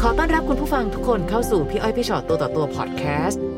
อต้อนรับคุณผู้ฟังทุกคนเข้าสู่พี่อ้อยพี่ชอตตัวต่อตัวพอดแคสต์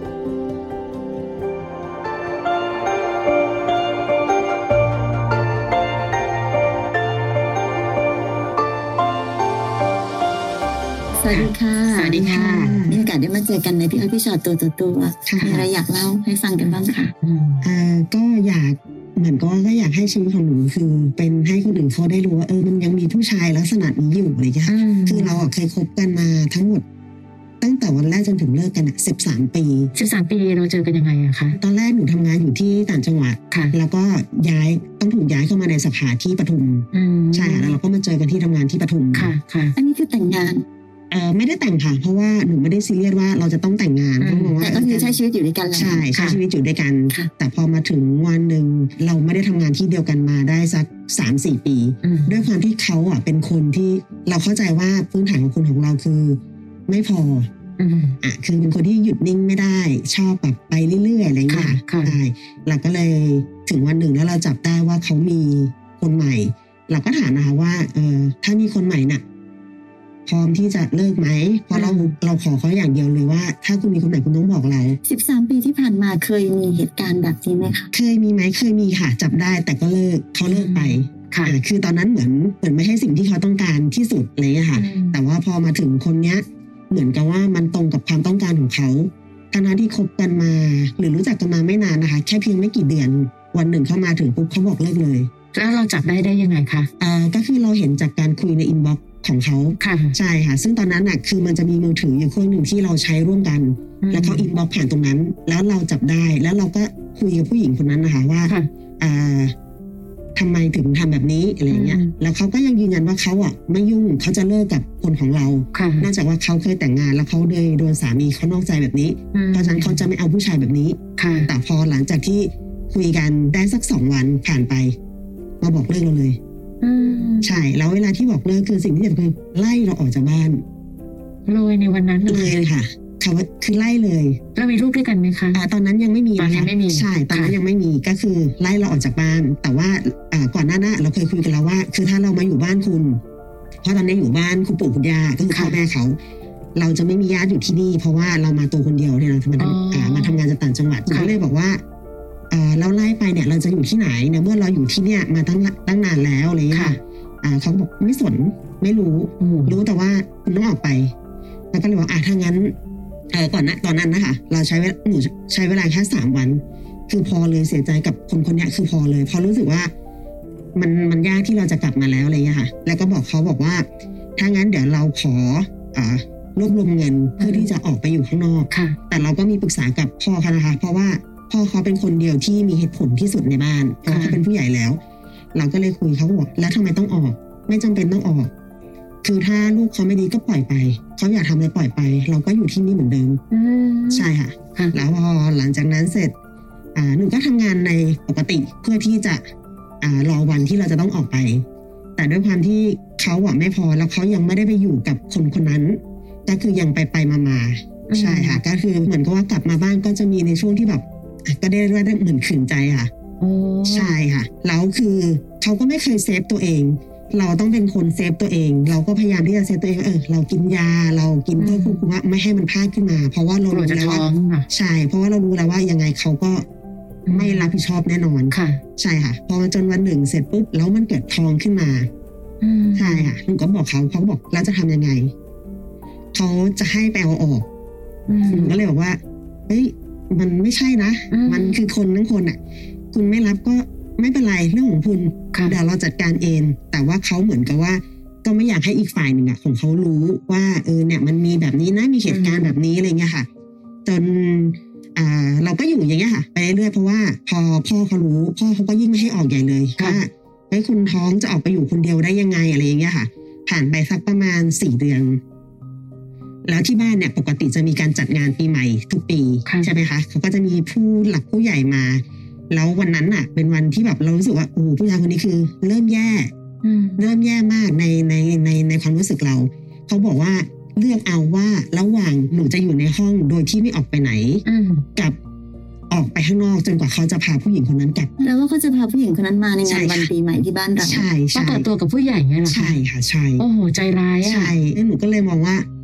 สวัสดีค่ะสวัสดีค่ะมีโอกาสได้มาเจอกันในพี่อ้อยพี่ชอตตัวต่อตัวมีอะไรอยากเล่าให้ฟังกันบ้างคะก็อยากเหมือนก็อยากให้ชีวิตของหนูคือเป็นให้คนอื่นเขาได้รู้ว่ามันยังมีผู้ชายลักษณะนี้อยู่อะไรอย่างเงี้ยคือเราเคยคบกันมาทั้งหมดตั้งแต่วันแรกจนถึงเลิกกัน13 ปี 13 ปีเราเจอกันยังไงอะคะตอนแรกหนูทำงานอยู่ที่ต่างจังหวัดแล้วก็ต้องถูกย้ายเข้ามาในสาขาที่ปทุมใช่ค่ะแล้วเราก็มาเจอกันที่ทำงานที่ปทุมค่ะอันนี้คือแต่งงานไม่ได้แต่งค่ะเพราะว่าหนูไม่ได้ซีเรียสว่าเราจะต้องแต่งงานแต่ก็คือใช้ชีวิตอยู่ด้วยกันใช่ชีวิตอยู่ด้วยกันแต่พอมาถึงวันหนึ่งเราไม่ได้ทำงานที่เดียวกันมาได้สัก 3-4 ปีด้วยความที่เขาเป็นคนที่เราเข้าใจว่าพื้นฐานของคนของเราคือไม่พอคือเป็นคนที่หยุดนิ่งไม่ได้ชอบแบบไปเรื่อยๆอะไรอย่างเงี้ยใช่เราก็เลยถึงวันหนึ่งแล้วเราจับได้ว่าเขามีคนใหม่เราก็ถามนะคะว่าถ้ามีคนใหม่น่ะพร้อมที่จะเลิกไหมเพราะเราขอเขาอย่างเดียวเลยว่าถ้าคุณมีคนใหม่คุณต้องบอกเรา 13 ปีที่ผ่านมาเคยมีเหตุการณ์แบบนี้ไหมคะเคยมีไหมเคยมีค่ะจับได้แต่ก็เลิกเขาเลิกไปค่ะคือตอนนั้นเหมือนไม่ใช่สิ่งที่เขาต้องการที่สุดเลยค่ะแต่ว่าพอมาถึงคนเนี้ยเหมือนกับว่ามันตรงกับความต้องการของเขาทั้งที่คบกันมาหรือรู้จักกันมาไม่นานนะคะแค่เพียงไม่กี่เดือนวันหนึ่งเข้ามาถึงปุ๊บเขาบอกเลิกเลยแล้วเราจับได้ยังไงคะก็คือเราเห็นจากการคุยในอินบ็อกซ์ของเขาใช่ค่ะซึ่งตอนนั้นน่ะคือมันจะมีมือถืออยู่เครื่องหนึ่งที่เราใช้ร่วมกันแล้วเขาอินบ็อกซ์ผ่านตรงนั้นแล้วเราจับได้แล้วเราก็คุยกับผู้หญิงคนนั้นนะคะว่าทำไมถึงทำแบบนี้อะไรเงี้ยแล้วเขาก็ยังยืนยันว่าเขาไม่ยุ่งเขาจะเลิกกับคนของเราเนื่องจากว่าเขาเคยแต่งงานแล้วเขาโดนสามีเขานอกใจแบบนี้เพราะฉะนั้นเขาจะไม่เอาผู้ชายแบบนี้แต่พอหลังจากที่คุยกันได้สัก2 วันผ่านไปมาบอกเลิกเราเลยใช่แล้วเวลาที่บอกเลิกคือสิ่งที่จะคือไล่เราออกจากบ้านเลยในวันนั้นเลยค่ะคือไล่เลยเรามีลูกด้วยกันไหมคะตอนนั้นยังไม่มีนะคะใช่ตอนนั้นยังไม่มีก็คือไล่เราออกจากบ้านแต่ว่าก่อนหน้านั้นเราเคยคุยกันแล้วว่าคือถ้าเรามาอยู่บ้านคุณเพราะตอนนี้อยู่บ้านคุณปู่คุณย่าก็คือพ่อแม่เขาเราจะไม่มีญาติอยู่ที่นี่เพราะว่าเรามาตัวคนเดียวเนี่ยเรามาทำงานจากต่างจังหวัดก็เลยบอกว่าเราไล่ไปเนี่ยเราจะอยู่ที่ไหนเนี่ยเมื่อเราอยู่ที่เนี่ยมาตั้งนานแล้วอะไรอย่างเงี้ยเขาบอกไม่สนไม่รู้แต่ว่าคุณต้องออกไปแล้วก็เลยบอกถ้างั้นก่อนตอนนั้นนะคะเราใช้เวลาแค่3 วันคือพอเลยเสียใจกับคนนี้คือพอเลยเพราะรู้สึกว่ามันยากที่เราจะกลับมาแล้วอะไรอย่างเงี้ยค่ะแล้วก็บอกเขาบอกว่าถ้างั้นเดี๋ยวเราขอรวบรวมเงินเพื่อที่จะออกไปอยู่ข้างนอกแต่เราก็มีปรึกษากับพ่อเขานะคะเพราะว่าพ่อเขาเป็นคนเดียวที่มีเหตุผลที่สุดในบ้านเพราะเขาเป็นผู้ใหญ่แล้วเราก็เลยคุยเขาบอกแล้วทำไมต้องออกไม่จำเป็นต้องออกคือถ้าลูกเขาไม่ดีก็ปล่อยไปเขาอยากทำอะไรปล่อยไปเราก็อยู่ที่นี่เหมือนเดิมใช่ค่ะแล้วพอหลังจากนั้นเสร็จหนูก็ทำงานในปกติเพื่อที่จะรอวันที่เราจะต้องออกไปแต่ด้วยความที่เขาไม่พอแล้วเขายังไม่ได้ไปอยู่กับคนนั้นก็คือยังไปมาใช่ค่ะก็คือเหมือนกับว่ากลับมาบ้านก็จะมีในช่วงที่แบบก็ได้เหมือนขืนใจค่ะใช่ค่ะแล้วคือเขาก็ไม่เคยเซฟตัวเองเราต้องเป็นคนเซฟตัวเองเราก็พยายามที่จะเซฟตัวเองเรากินยาเรากินเพื่อควบคุมว่าไม่ให้มันพลาดขึ้นมาเพราะว่าเรารู้แล้วว่าใช่เพราะว่าเรารู้แล้วว่ายังไงเขาก็ไม่รับผิดชอบแน่นอนใช่ค่ะพอจนวันหนึ่งเสร็จปุ๊บแล้วมันเกิดท้องขึ้นมาใช่ค่ะหนูก็บอกเขาบอกแล้วจะทำยังไงเขาจะให้ไปเอาออกหนูก็เลยบอกว่าเฮ้ยมันไม่ใช่นะมันคือคนทั้งคนคุณไม่รับก็ไม่เป็นไรเรื่องของคุณเดี๋ยวเราจัดการเองแต่ว่าเขาเหมือนกับว่าก็ไม่อยากให้อีกฝ่ายหนึ่งของเขารู้ว่าเนี่ยมันมีแบบนี้นะมีเหตุการณ์แบบนี้อะไรเงี้ยค่ะจนเราก็อยู่อย่างเงี้ยค่ะไปเรื่อยๆเพราะว่าพอพ่อเขารู้พ่อเขาก็ยิ่งไม่ให้ออกใหญ่เลยว่าคุณท้องจะออกไปอยู่คนเดียวได้ยังไงอะไรอย่างเงี้ยค่ะผ่านไปสักประมาณ4 เดือนแล้วที่บ้านเนี่ยปกติจะมีการจัดงานปีใหม่ทุกปีใช่ไหมคะเขาก็จะมีผู้หลักผู้ใหญ่มาแล้ววันนั้นเป็นวันที่แบบเรารู้สึกว่าโอ้ผู้ชายคนนี้คือเริ่มแย่มากในความรู้สึกเราเขาบอกว่าเลือกเอาว่าระหว่างหนูจะอยู่ในห้องโดยที่ไม่ออกไปไหนกับออกไปข้างนอกจนกว่าเขาจะพาผู้หญิงคนนั้นกลับแล้วว่าเขาจะพาผู้หญิงคนนั้นมาในงานวันปีใหม่ที่บ้านเราใช่ต้องเปิดตัวกับผู้ใหญ่ไงล่ะใช่ค่ะใช่โอ้โหใจร้ายใช่หนูก็เลยมองว่า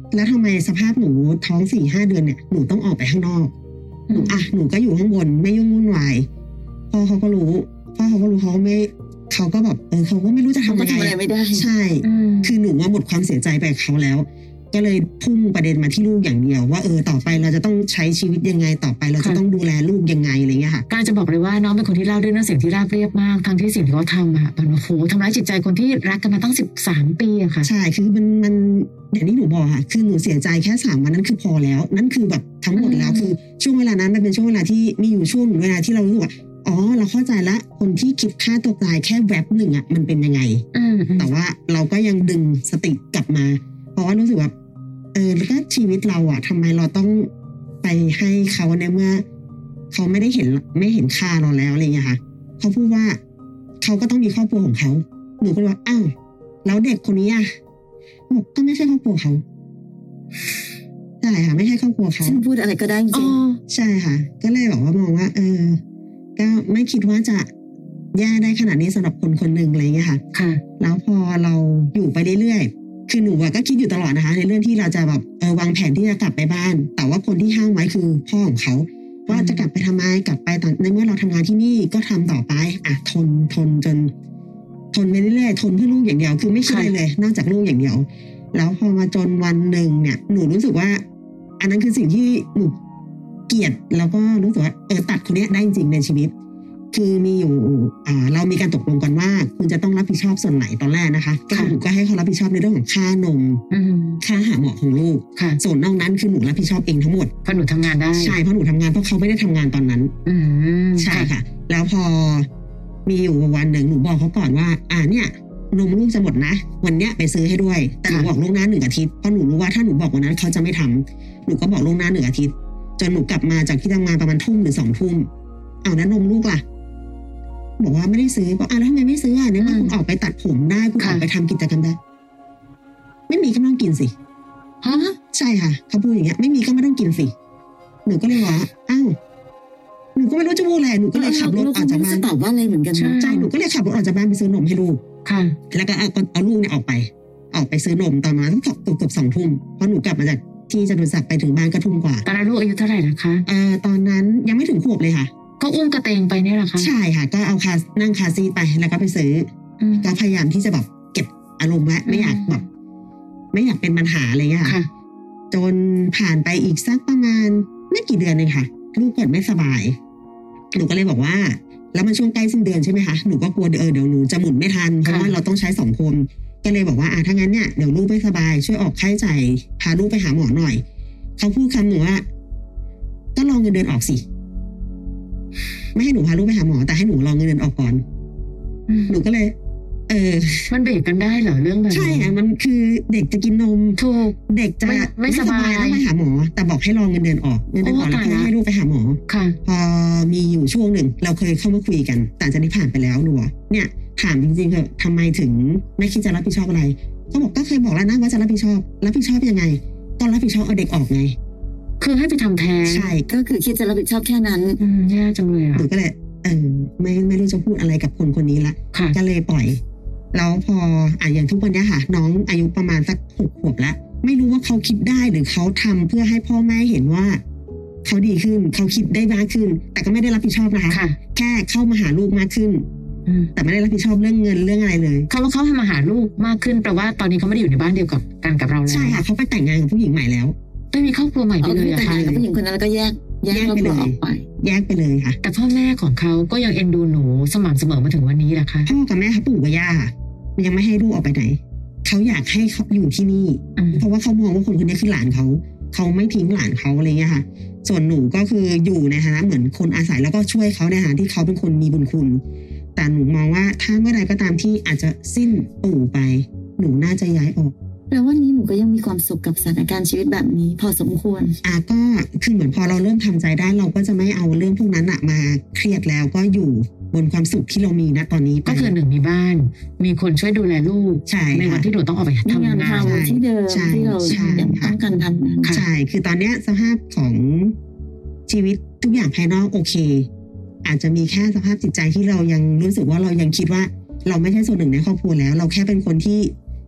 แล้วทำไมสภาพหนูท้อง 4-5 เดือนเนี่ยหนูต้องออกไปข้างนอกหนูก็อยู่ข้างบนไม่ยุ่งวุ่นวายพ่อเขาก็รู้เขาก็แบบเขาก็ไม่รู้จะทำยังไงไม่ได้ใช่คือหนูว่าหมดความเสียใจไปกับเขาแล้วก็เลยพุ่งประเด็นมาที่ลูกอย่างเดียวว่าต่อไปเราจะต้องใช้ชีวิตยังไงต่อไปเราจะต้องดูแลลูกยังไงอะไรเงี้ยค่ะการจะบอกเลยว่าน้องเป็นคนที่เล่าด้วยน้ำเสียงที่ราบเรียบมากทั้งที่สิ่งที่เขาทำอะมันโอ้โหทำร้ายจิตใจคนที่รักกันมาตั้ง13 ปีอะค่ะใช่คือมันอย่างที่หนูบอกค่ะคือหนูเสียใจแค่3 วันนั้นคือพอแล้วนั่นคือแบบทั้งหมดแล้วคือช่วงเวลานั้นมันเป็นช่วงเวลาที่มีอยู่ช่วงเวลาที่เรารู้สึกว่าเราเข้าใจละคนที่คิดฆ่าตัวตายแค่แวบหนึ่งอะมันเป็นยังไงแต่ว่าเราก็ยังดึงสติกลับมาเพราะว่ารู้สึกว่าแล้วก็ชีวิตเราอะทำไมเราต้องไปให้เขาในเมื่อเขาไม่เห็นค่าเราแล้วอะไรอย่างเงี้ยค่ะเขาพูดว่าเขาก็ต้องมีครอบครัวของเขาหนูก็เลยว่าอ้าวแล้วเด็กคนนี้อะบอกก็ไม่ใช่ครอบครัวเขาใช่ค่ะไม่ใช่ครอบครัวเขาฉันพูดอะไรก็ได้จริงใช่ค่ะก็เลยบอกว่ามองว่าก็ไม่คิดว่าจะแย่ได้ขนาดนี้สำหรับคนคนหนึ่งอะไรเงี้ยค่ะแล้วพอเราอยู่ไปเรื่อยๆคือหนูก็คิดอยู่ตลอดนะคะในเรื่องที่เราจะแบบวางแผนที่จะกลับไปบ้านแต่ว่าคนที่ห้ามไว้คือพ่อของเขาว่าจะกลับไปทำไมกลับไปตอนในเมื่อเราทำงานที่นี่ก็ทำต่อไปทนจนทนไปเรื่อยๆทนเพื่อลูกอย่างเดียวคือไม่คิดอะไรเลยนอกจากลูกอย่างเดียวแล้วพอมาจนวันหนึ่งเนี่ยหนูรู้สึกว่าอันนั้นคือสิ่งที่หนูเกลียดแล้วก็รู้สึกว่าตัดคนนี้ได้จริงในชีวิตคือมีอยู่เรามีการตกลงกันว่าคุณจะต้องรับผิดชอบส่วนไหนตอนแรกนะคะก็หนูก็ให้เขารับผิดชอบในเรื่องของค่านมค่าหาหมอของลูกส่วนนอกนั้นคือหนูรับผิดชอบเองทั้งหมดเพราะหนูทำงานได้ใช่เพราะหนูทำงานเพราะเขาไม่ได้ทำงานตอนนั้นใช่ค่ะแล้วพอมีอยู่วันหนึ่งหนูบอกเขาก่อนว่าเนี่ยนมลูกจะหมดนะวันเนี้ยไปซื้อให้ด้วยแต่หนูบอกล่วงหน้า1 อาทิตย์เพราะหนูรู้ว่าถ้าหนูบอกวันนั้นเขาจะไม่ทำหนูก็บอกล่วงหน้า1 อาทิตย์จนหนูกลับมาจากที่ทำงานประมาณทุ่มหรือ2 ทุ่มแล้วนมลูกล่ะบอกว่าไม่ได้ซื้อบอกแล้วทำไมไม่ซื้อเนี่ยเมื่อคุณออกไปตัดผมได้คุณออกไปทำกิจกรรมได้ไม่มีก็ไม่ต้องกินสิใช่ค่ะเขาพูดอย่างเงี้ยไม่มีก็ไม่ต้องกินสิหนูก็เลยว่าหนูก็ไม่รู้จะพูดอะไรหนูก็เลยขับรถออกจากบ้านตอบว่าอะไรเหมือนกันใช่หนูก็เลยขับรถออกจากบ้านไปซื้อนมให้ลูกแล้วก็เอาลูกเนี่ยออกไปซื้อนมตอนนั้นเกือบ2 ทุ่มเพราะหนูกลับมาจากที่จตุจักรไปถึงบ้านก็ทุ่มกว่าตอนนั้นลูกอายุเท่าไหร่นะคะตอนนั้นยังไม่ถึงขวบเลยค่ะก็อุ้มกระเตงไปเนี่ยหรอคะใช่ค่ะก็เอานั่งคาซีไปแล้วก็ไปซื้อก็พยายามที่จะแบบเก็บอารมณ์ไว้ไม่อยากเป็นปัญหาอะไรเงี้ยค่ะจนผ่านไปอีกสักประมาณไม่กี่เดือนเองค่ะลูกเกิดไม่สบายหนูก็เลยบอกว่าแล้วมันช่วงใกล้สิ้นเดือนใช่ไหมคะหนูก็กลัวเดี๋ยวหนูจะหมุนไม่ทันเพราะว่าเราต้องใช้2 คนก็เลยบอกว่าถ้างั้นเนี่ยเดี๋ยวลูกไม่สบายช่วยออกค่าใช้จ่ายพาลูกไปหาหมอหน่อยเขาพูดคำหนึ่งว่าก็รอเงินเดือนออกสิไม่ให้หนูพาลูกไปหาหมอแต่ให้หนูรอเงินเดือนออกก่อนหนูก็เลยมันเบรกกันได้เหรอเรื่องแบบใช่ค่ะมันคือเด็กจะกินนมถูกเด็กจะไม่สบายต้องไปหาหมอแต่บอกให้รอเงินเดือนออกเงินเดือนออกแล้วก็ให้ลูกไปหาหมอพอมีอยู่ช่วงหนึ่งเราเคยเข้ามาคุยกันแต่จากนี้ผ่านไปแล้วหนูเนี่ยถามจริงๆเถอะทำไมถึงไม่คิดจะรับผิดชอบอะไรก็บอกก็เคยบอกแล้วนะว่าจะรับผิดชอบยังไงตอนรับผิดชอบเอาเด็กออกไงคือให้ไปทำแท้งใช่ก็คือคิดจะรับผิดชอบแค่นั้นแย่จังเลยหนูก็เลยไม่รู้จะพูดอะไรกับคนนี้ละก็เลยปล่อยแล้วพออย่างทุกวันนี้ค่ะน้องอายุประมาณสัก6 ขวบแล้วไม่รู้ว่าเขาคิดได้หรือเขาทำเพื่อให้พ่อแม่เห็นว่าเขาดีขึ้นเขาคิดได้มากขึ้นแต่ก็ไม่ได้รับผิดชอบนะคะแค่เข้ามาหาลูกมากขึ้นแต่ไม่ได้รับผิดชอบเรื่องเงินเรื่องอะไรเลยเขาทำมาหาลูกมากขึ้นแปลว่าตอนนี้เขาไม่ได้อยู่ในบ้านเดียวกับเราแล้วใช่ค่ะเขาไปแต่งงานกับผู้หญิงใหม่แล้วได้มีครอบครัวใหม่ไปเลยค่ะผู้หญิงคนนั้นก็แยกไปเลยค่ะแต่พ่อแม่ของเขาก็ยังเอ็นดูหนูสม่ำเสมอมาถึงวันนี้แหละค่ะพ่อกับแม่เขาปู่กับย่ายังไม่ให้ลูกออกไปไหนเขาอยากให้เขาอยู่ที่นี่เพราะว่าเขามองว่าคนนี้คือหลานเขาไม่ทิ้งหลานเขาอะไรเงี้ยค่ะส่วนหนูก็คืออยู่ในฐานะเหมือนคนอาศัยแล้วก็ช่วยเขาในฐานะที่เขาเป็นคนมีบุญคุณแต่หนูมองว่าถ้าเมื่อใดก็ตามที่อาจจะสิ้นปู่ไปหนูน่าจะย้ายออกแล้ววันนี้หนูก็ยังมีความสุขกับสถานการณ์ชีวิตแบบนี้พอสมควรก็คือเหมือนพอเราเริ่มทำใจได้เราก็จะไม่เอาเรื่องพวกนั้นมาเครียดแล้วก็อยู่บนความสุขที่เรามีณตอนนี้ก็คือ1มีบ้านมีคนช่วยดูแลลูกในวันที่หนูต้องออกไปทำงานที่เดิมที่เรายังต้องการทำงานใช่คือตอนนี้สภาพของชีวิตทุกอย่างภายนอกโอเคอาจจะมีแค่สภาพจิตใจที่เรายังรู้สึกว่าเรายังคิดว่าเราไม่ใช่ส่วนหนึ่งในครอบครัวแล้วเราแค่เป็นคนที่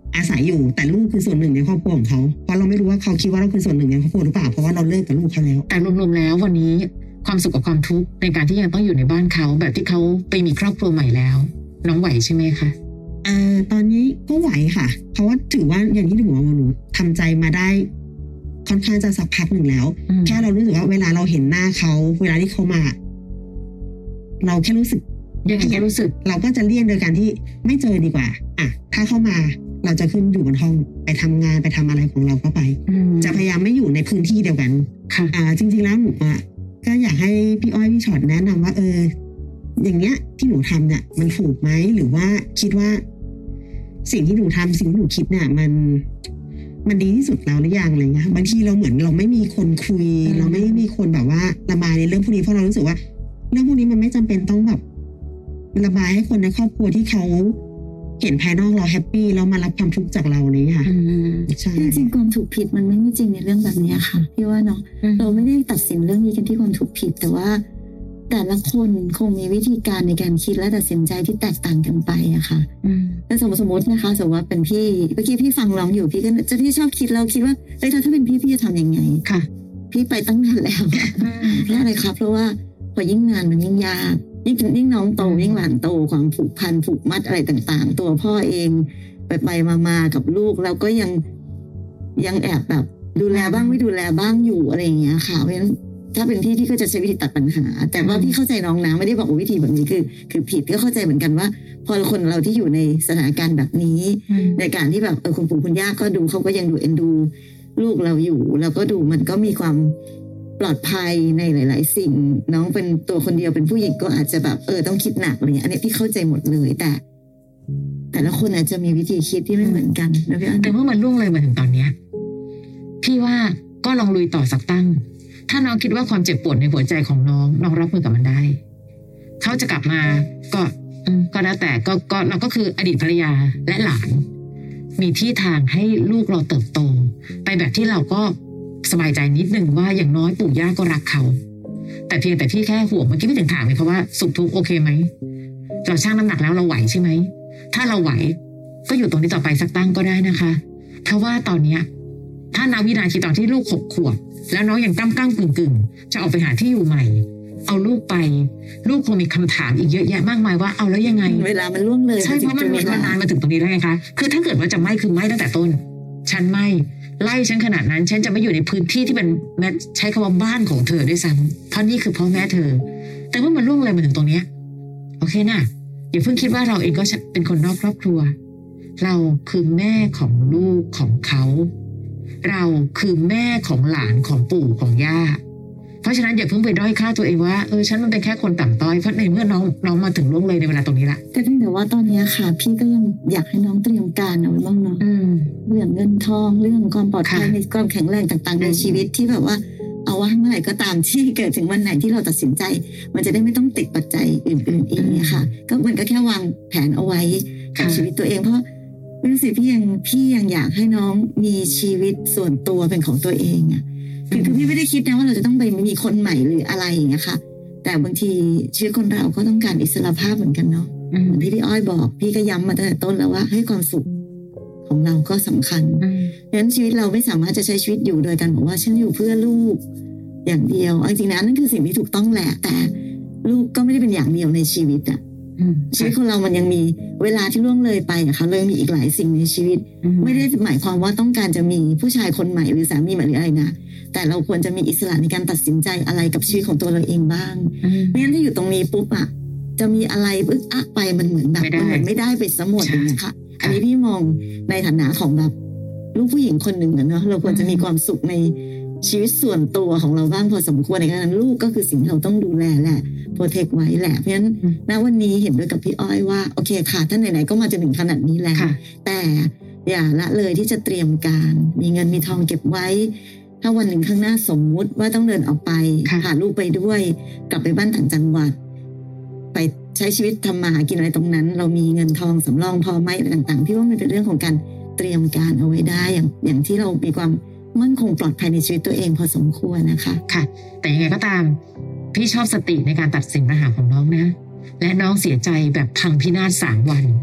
อาศัยอยู่แต่ลูกคือส่วนหนึ่งในครอบครัวของเขาเพราะเราไม่รู้ว่าเขาคิดว่าเราคือส่วนหนึ่งในครอบครัวหรือเปล่าเพราะว่าเราเลิกกับลูกเขาแล้วแต่รวมๆแล้ววันนี้ความสุขกับความทุกข์ในการที่ยังต้องอยู่ในบ้านเขาแบบที่เขาไปมีครอบครัวใหม่แล้วน้องไหวใช่ไหมคะตอนนี้ก็ไหวค่ะเพราะว่าถือว่าอย่างที่หนูบอกหนูทำใจมาได้ค่อนข้างจะสักพักหนึ่งแล้วแค่เรารู้สึกว่าเวลาเราเห็นหน้าเขาเวลาที่เขามาเราแค่รู้สึกยังแค่รู้สึกเราก็จะเลี่ยงโดยการที่ไม่เจอดีกว่าถ้าเข้ามาเราจะขึ้นอยู่บนห้องไปทำงานไปทำอะไรของเราก็ไปจะพยายามไม่อยู่ในพื้นที่เดียวกันจริงๆแล้วหนูก็อยากให้พี่อ้อยพี่ชอตแนะนำว่าอย่างเงี้ยที่หนูทำเนี่ยมันถูกไหมหรือว่าคิดว่าสิ่งที่หนูทำสิ่งที่หนูคิดเนี่ยมันดีที่สุดแล้วหรือยังอะไรเงี้ยบางทีเราเหมือนเราไม่มีคนคุยเราไม่มีคนแบบว่าระบายในเรื่องพวกนี้เพราะเรารู้สึกว่าเรื่องพวกนี้มันไม่จำเป็นต้องแบบระบายให้คนในครอบครัวที่เขาเห็นภายนอกเราแฮปปี้แล้วมารับความทุกข์จากเราเนี่ยค่ะใช่จริงๆความถูกผิดมันไม่มีจริงในเรื่องแบบนี้ค่ะพี่ว่าเนาะเราไม่ได้ตัดสินเรื่องนี้กันที่ความถูกผิดแต่ว่าแต่ละคนคงมีวิธีการในการคิดและตัดสินใจที่แตกต่างกันไปอะค่ะแต่สมมตินะคะสมมติว่าเป็นพี่เมื่อกี้พี่ฟังร้องอยู่พี่ก็จะพี่ชอบคิดเราคิดว่าถ้าเป็นพี่จะทำยังไงค่ะพี่ไปตั้งนานแล้วเพราะอะไรครับเพราะว่าพอยิ่งนานมันยิ่งยากยิ่งน้องโตยิ่งหลานโตความผูกพันผูกมัดอะไรต่างๆตัวพ่อเองไปมากับลูกแล้วก็ยังแอบแบบดูแลบ้างไม่ดูแลบ้างอยู่อะไรอย่างเงี้ยค่ะเพราะฉะนั้นถ้าเป็นพี่ก็จะใช้วิธีตัดปัญหาแต่ว่าพี่เข้าใจน้องนะไม่ได้บอกว่าวิธีแบบนี้คือผิดก็เข้าใจเหมือนกันว่าพอคนเราที่อยู่ในสถานการณ์แบบนี้ในการที่แบบคุณปู่คุณย่าก็ดูเขาก็ยังดูเอ็นดูลูกเราอยู่แล้วก็ดูมันก็มีความปลอดภัยในหลายๆสิ่งน้องเป็นตัวคนเดียวเป็นผู้หญิงก็อาจจะแบบต้องคิดหนักอะไรเงี้ยอันนี้พี่เข้าใจหมดเลยแต่ละคนอาจจะมีวิธีคิดที่ไม่เหมือนกันนะพี่แต่เมื่อมันล่วงเลยมาถึงตอนเนี้ยพี่ว่าก็ลองลุยต่อสักตั้งถ้าน้องคิดว่าความเจ็บปวดในหัวใจของน้องรับมือกับมันได้เขาจะกลับมาก็แล้วแต่ก็เราก็คืออดีตภรรยาและหลานมีที่ทางให้ลูกเราเติบโตไปแบบที่เราก็สบายใจนิดนึงว่าอย่างน้อยปู่ย่าก็รักเขาแต่เพียงแต่พี่แค่ห่วงเมื่อกี้พี่ถึงถามเลยเพราะว่าสุขทุกข์โอเคไหมเราชั่งน้ำหนักแล้วเราไหวใช่ไหมถ้าเราไหวก็อยู่ตรงนี้ต่อไปสักตั้งก็ได้นะคะเพราะว่าตอนเนี้ยถ้าณวินาทีตอนที่ลูก6 ขวบแล้วน้องยังก้ำกึ่งจะออกไปหาที่อยู่ใหม่เอาลูกไปลูกคงมีคำถามอีกเยอะแยะมากมายว่าเอาแล้วยังไงเวลามันล่วงเลยใช่เพราะมันนานมาถึงตรงนี้แล้วไงคะคือถ้าเกิดว่าจะไม่คือไม่ตั้งแต่ต้นฉันไม่ไล่ฉันขนาดนั้นฉันจะไม่อยู่ในพื้นที่ที่เป็นแม้ใช้คำว่าบ้านของเธอด้วยซ้ำเพราะนี่คือพ่อแม่เธอแต่ว่ามันล่วงเลยมาถึงตรงนี้โอเคนะอย่าเพิ่งคิดว่าเราเองก็เป็นคนนอกครอบครัวเราคือแม่ของลูกของเขาเราคือแม่ของหลานของปู่ของย่าเพราะฉะนั้นอย่าเพิ่งไปด้อยค่าตัวเองว่าฉันมันเป็นแค่คนต่ำต้อยเพราะในเมื่อน้องมาถึงล่วงเลยในเวลาตรงนี้ละแต่เพียงแต่ว่าตอนนี้ค่ะพี่ก็ยังอยากให้น้องเตรียมการเอาไว้บ้างเนาะเรื่องเงินทองเรื่องความปลอดภัยในความแข็งแรงต่างๆในชีวิตที่แบบว่าเอาว่าเมื่อไหร่ก็ตามที่เกิดถึงวันไหนที่เราตัดสินใจมันจะได้ไม่ต้องติดปัจจัยอื่นๆอีกเนี่ยค่ะก็มันก็แค่วางแผนเอาไว้กับชีวิตตัวเองเพราะไม่รู้สิพี่ยังอยากให้น้องมีชีวิตส่วนตัวเป็นของตัวเองอ่ะคือพี่ไม่ได้คิดนะว่าเราจะต้องไปมีคนใหม่หรืออะไรอย่างเงี้ยค่ะแต่บางทีชีวิตคนเราก็ต้องการอิสรภาพเหมือนกันเนาะเหมือนที่พี่อ้อยบอกพี่ก็ย้ำมาตั้งแต่ต้นแล้วว่าให้ความสุขของเราก็สำคัญเพราะฉะนั้นชีวิตเราไม่สามารถจะใช้ชีวิตอยู่โดยการบอกว่าฉันอยู่เพื่อลูกอย่างเดียวจริงๆนะนั่นคือสิ่งที่ถูกต้องแหละแต่ลูกก็ไม่ได้เป็นอย่างเดียวในชีวิตอ่ะชีวิตของเรามันยังมีเวลาที่ล่วงเลยไปอะค่ะเลยมีอีกหลายสิ่งในชีวิตไม่ได้หมายความว่าต้องการจะมีผู้ชายคนใหม่หรือสามีใหม่หรืออะไรนะแต่เราควรจะมีอิสระในการตัดสินใจอะไรกับชีวิตของตัวเราเองบ้างไม่งั้นถ้าอยู่ตรงนี้ปุ๊บอะจะมีอะไรอึกอักไปมันเหมือนแบบมันเหมือนไม่ได้ไปสมหมดเลยนะคะอันนี้พี่มองในฐานะของแบบลูกผู้หญิงคนหนึ่งเนาะเราควรจะมีความสุขในชีวิตส่วนตัวของเราบ้างพอสมควรในการนั้นลูกก็คือสิ่งที่เราต้องดูแลแหละโปรเทคไว้แหละเพราะฉะนั้นณวันนี้เห็นด้วยกับพี่อ้อยว่าโอเคค่ะท่านไหนๆก็มาจนถึงขนาดนี้แล้วแต่อย่าละเลยที่จะเตรียมการมีเงินมีทองเก็บไว้ถ้าวันหนึ่งข้างหน้าสมมุติว่าต้องเดินออกไปพาลูกไปด้วยกลับไปบ้านต่างจังหวัดไปใช้ชีวิตทำมาหากินอะไรตรงนั้นเรามีเงินทองสำรองพอไหมอะไรต่างๆพี่ว่ามันเป็นเรื่องของการเตรียมการเอาไว้ได้อย่างที่เรามีความมั่นคงปลอดภัยในชีวิตตัวเองพอสมควรนะคะค่ะแต่ยังไงก็ตามพี่ชอบสติในการตัดสินปัญหาของน้องนะและน้องเสียใจแบบพังพินาศ3 วัน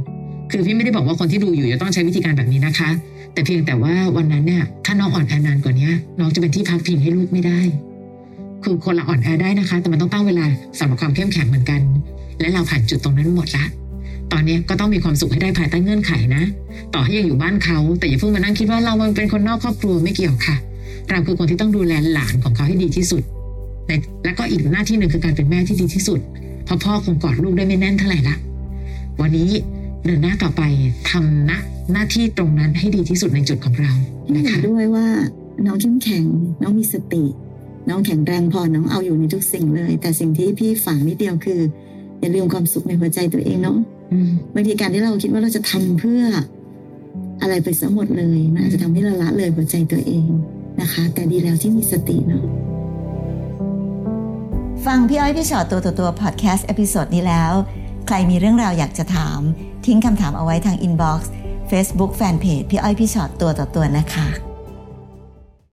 คือพี่ไม่ได้บอกว่าคนที่ดูอยู่จะต้องใช้วิธีการแบบนี้นะคะแต่เพียงแต่ว่าวันนั้นเนี่ยถ้าน้องอ่อนแอนานกว่านี้น้องจะเป็นที่พักพิงให้ลูกไม่ได้คือคนละอ่อนแอได้นะคะแต่มันต้องตั้งเวลาสำหรับความเข้มแข็งเหมือนกันและเราผ่านจุดตรงนั้นหมดละตอนนี้ก็ต้องมีความสุขให้ได้ภายใต้เงื่อนไขนะต่อให้ยังอยู่บ้านเขาแต่อย่าเพิ่งมานั่งคิดว่าเราเป็นคนนอกครอบครัวไม่เกี่ยวค่ะเราคือคนที่ต้องดูแลหลานของเขาให้ดีที่สุดและก็อีกหน้าที่หนึ่งคือการเป็นแม่ที่ดีที่สุดเพราะพ่อคงกอดลูกได้ไม่แน่นเท่าไหร่ละวันนี้เดินหน้าต่อไปทำหน้าที่ตรงนั้นให้ดีที่สุดในจุดของเรานะคะด้วยว่าน้องเข้มแข็งน้องมีสติน้องแข็งแรงพอน้องเอาอยู่ในทุกสิ่งเลยแต่สิ่งที่พี่ฝังนิดเดียวคืออย่าลืมความสุขในหัวใจตัวเองเนาะบางทีการที่เราคิดว่าเราจะทำเพื่ออะไรไปซะหมดเลยมันอาจจะทำให้เราละเลยหัวใจตัวเองนะคะแต่ดีแล้วที่มีสติเนาะฟังพี่อ้อยพี่ชอตตัวต่อตัวพอดแคสต์เอพิโซดนี้แล้วใครมีเรื่องราวอยากจะถามทิ้งคำถามเอาไว้ทางอินบ็อกซ์ Facebook Fanpage พี่อ้อยพี่ชอตตัวต่อตัวนะคะ